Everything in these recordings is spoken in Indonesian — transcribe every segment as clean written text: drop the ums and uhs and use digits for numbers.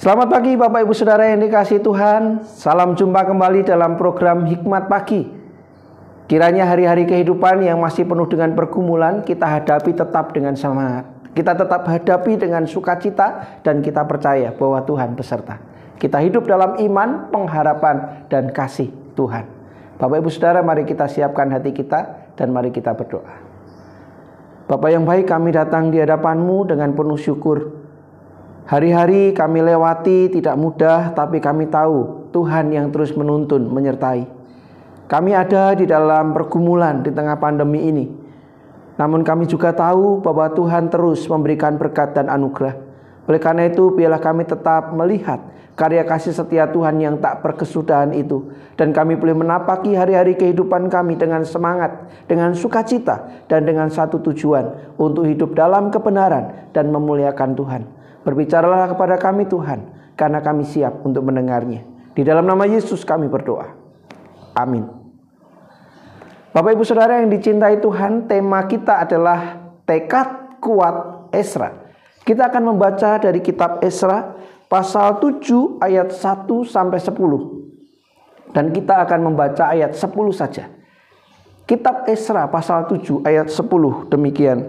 Selamat pagi Bapak Ibu Saudara yang dikasihi Tuhan. Salam jumpa kembali dalam program Hikmat Pagi. Kiranya hari-hari kehidupan yang masih penuh dengan pergumulan kita hadapi tetap dengan semangat. Kita tetap hadapi dengan sukacita dan kita percaya bahwa Tuhan beserta. Kita hidup dalam iman, pengharapan, dan kasih Tuhan. Bapak Ibu Saudara, mari kita siapkan hati kita dan mari kita berdoa. Bapa yang baik, kami datang di hadapan-Mu dengan penuh syukur. Hari-hari kami lewati tidak mudah, tapi kami tahu Tuhan yang terus menuntun, menyertai. Kami ada di dalam pergumulan di tengah pandemi ini. Namun kami juga tahu bahwa Tuhan terus memberikan berkat dan anugerah. Oleh karena itu, biarlah kami tetap melihat karya kasih setia Tuhan yang tak berkesudahan itu. Dan kami boleh menapaki hari-hari kehidupan kami dengan semangat, dengan sukacita, dan dengan satu tujuan untuk hidup dalam kebenaran dan memuliakan Tuhan. Berbicaralah kepada kami Tuhan, karena kami siap untuk mendengarnya. Di dalam nama Yesus kami berdoa. Amin. Bapak Ibu Saudara yang dicintai Tuhan, tema kita adalah tekad kuat Esra. Kita akan membaca dari kitab Esra pasal 7 ayat 1 sampai 10. Dan kita akan membaca ayat 10 saja. Kitab Esra pasal 7 ayat 10 demikian.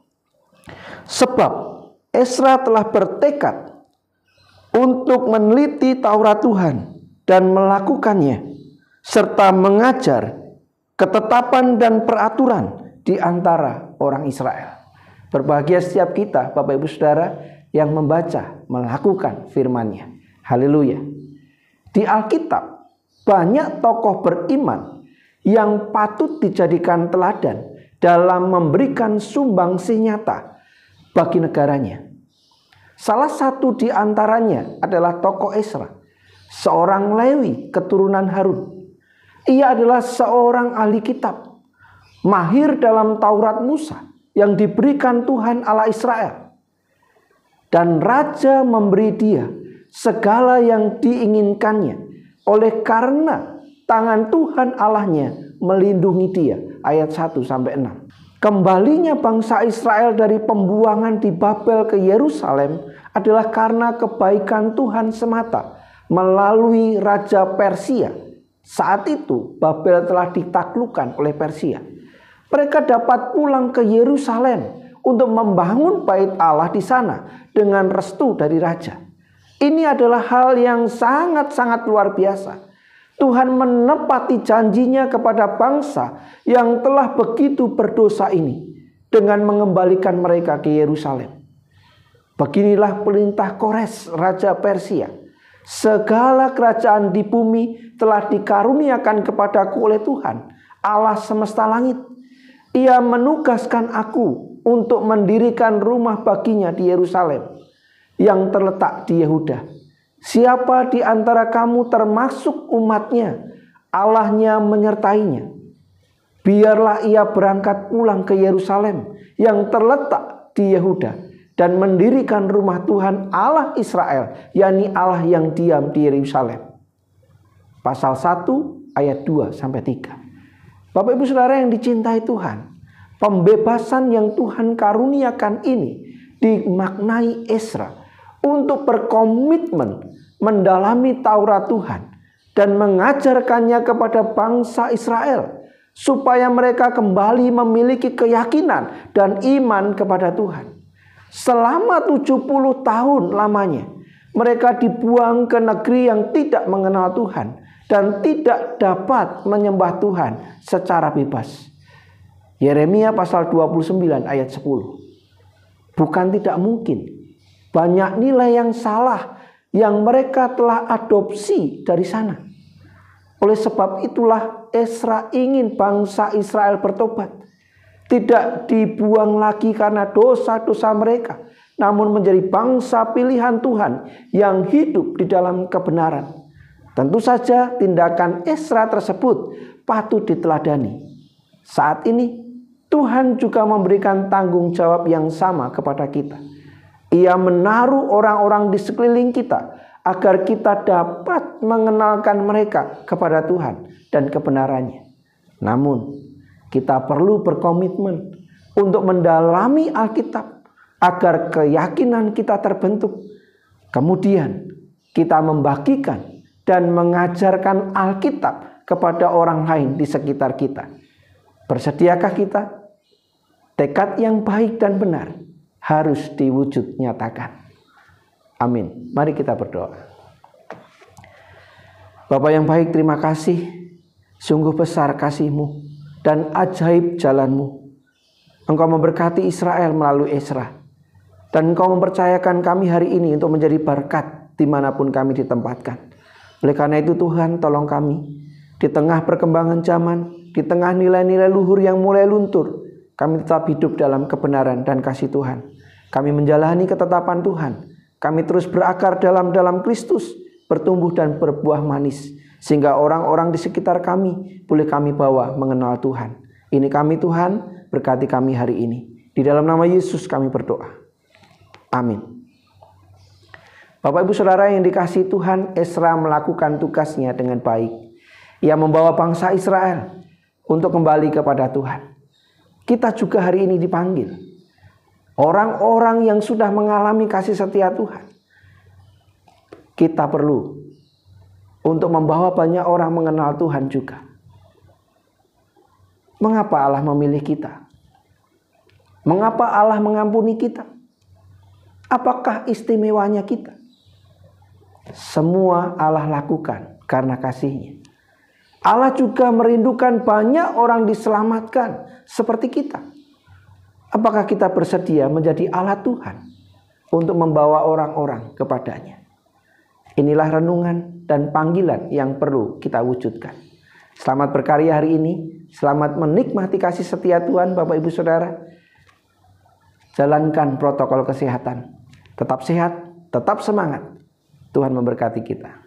Sebab Esra telah bertekad untuk meneliti Taurat Tuhan dan melakukannya, serta mengajar ketetapan dan peraturan di antara orang Israel. Berbahagia setiap kita, Bapak Ibu Saudara, yang membaca, melakukan firman-Nya. Haleluya. Di Alkitab, banyak tokoh beriman yang patut dijadikan teladan dalam memberikan sumbangsih nyata bagi negaranya. Salah satu di antaranya adalah tokoh Esra, seorang Lewi keturunan Harun. Ia adalah seorang ahli kitab, mahir dalam Taurat Musa yang diberikan Tuhan Allah Israel. Dan raja memberi dia segala yang diinginkannya, oleh karena tangan Tuhan Allahnya melindungi dia. Ayat 1-6. Kembalinya bangsa Israel dari pembuangan di Babel ke Yerusalem adalah karena kebaikan Tuhan semata melalui Raja Persia. Saat itu Babel telah ditaklukkan oleh Persia. Mereka dapat pulang ke Yerusalem untuk membangun bait Allah di sana dengan restu dari raja. Ini adalah hal yang sangat-sangat luar biasa. Tuhan menepati janjinya kepada bangsa yang telah begitu berdosa ini dengan mengembalikan mereka ke Yerusalem. Beginilah perintah Kores, Raja Persia. Segala kerajaan di bumi telah dikaruniakan kepadaku oleh Tuhan, Allah semesta langit. Ia menugaskan aku untuk mendirikan rumah baginya di Yerusalem yang terletak di Yehuda. Siapa di antara kamu termasuk umatnya, Allahnya menyertainya. Biarlah ia berangkat pulang ke Yerusalem yang terletak di Yehuda dan mendirikan rumah Tuhan Allah Israel, yakni Allah yang diam di Yerusalem. Pasal 1 ayat 2-3. Bapak Ibu Saudara yang dicintai Tuhan, pembebasan yang Tuhan karuniakan ini dimaknai Esra untuk berkomitmen mendalami Taurat Tuhan dan mengajarkannya kepada bangsa Israel supaya mereka kembali memiliki keyakinan dan iman kepada Tuhan. Selama 70 tahun lamanya mereka dibuang ke negeri yang tidak mengenal Tuhan dan tidak dapat menyembah Tuhan secara bebas. Yeremia pasal 29 ayat 10. Bukan tidak mungkin, banyak nilai yang salah yang mereka telah adopsi dari sana. Oleh sebab itulah Esra ingin bangsa Israel bertobat. Tidak dibuang lagi karena dosa-dosa mereka, namun menjadi bangsa pilihan Tuhan yang hidup di dalam kebenaran. Tentu saja tindakan Esra tersebut patut diteladani. Saat ini Tuhan juga memberikan tanggung jawab yang sama kepada kita. Ia menaruh orang-orang di sekeliling kita agar kita dapat mengenalkan mereka kepada Tuhan dan kebenarannya. Namun, kita perlu berkomitmen untuk mendalami Alkitab agar keyakinan kita terbentuk. Kemudian, kita membagikan dan mengajarkan Alkitab kepada orang lain di sekitar kita. Bersediakah kita? Tekad yang baik dan benar harus diwujud nyatakan. Amin. Mari kita berdoa. Bapa yang baik, terima kasih. Sungguh besar kasih-Mu dan ajaib jalan-Mu. Engkau memberkati Israel melalui Ezra. Dan Engkau mempercayakan kami hari ini untuk menjadi berkat dimanapun kami ditempatkan. Oleh karena itu Tuhan, tolong kami di tengah perkembangan zaman, di tengah nilai-nilai luhur yang mulai luntur, kami tetap hidup dalam kebenaran dan kasih Tuhan. Kami menjalani ketetapan Tuhan. Kami terus berakar dalam Kristus, bertumbuh dan berbuah manis, sehingga orang-orang di sekitar kami boleh kami bawa mengenal Tuhan. Ini kami Tuhan, berkati kami hari ini. Di dalam nama Yesus kami berdoa. Amin. Bapak Ibu Saudara yang dikasihi Tuhan, Ezra melakukan tugasnya dengan baik. Ia membawa bangsa Israel untuk kembali kepada Tuhan. Kita juga hari ini dipanggil. Orang-orang yang sudah mengalami kasih setia Tuhan. Kita perlu untuk membawa banyak orang mengenal Tuhan juga. Mengapa Allah memilih kita? Mengapa Allah mengampuni kita? Apakah istimewanya kita? Semua Allah lakukan karena kasih-Nya. Allah juga merindukan banyak orang diselamatkan seperti kita. Apakah kita bersedia menjadi alat Tuhan untuk membawa orang-orang kepadanya? Inilah renungan dan panggilan yang perlu kita wujudkan. Selamat berkarya hari ini. Selamat menikmati kasih setia Tuhan, Bapak Ibu Saudara. Jalankan protokol kesehatan. Tetap sehat, tetap semangat. Tuhan memberkati kita.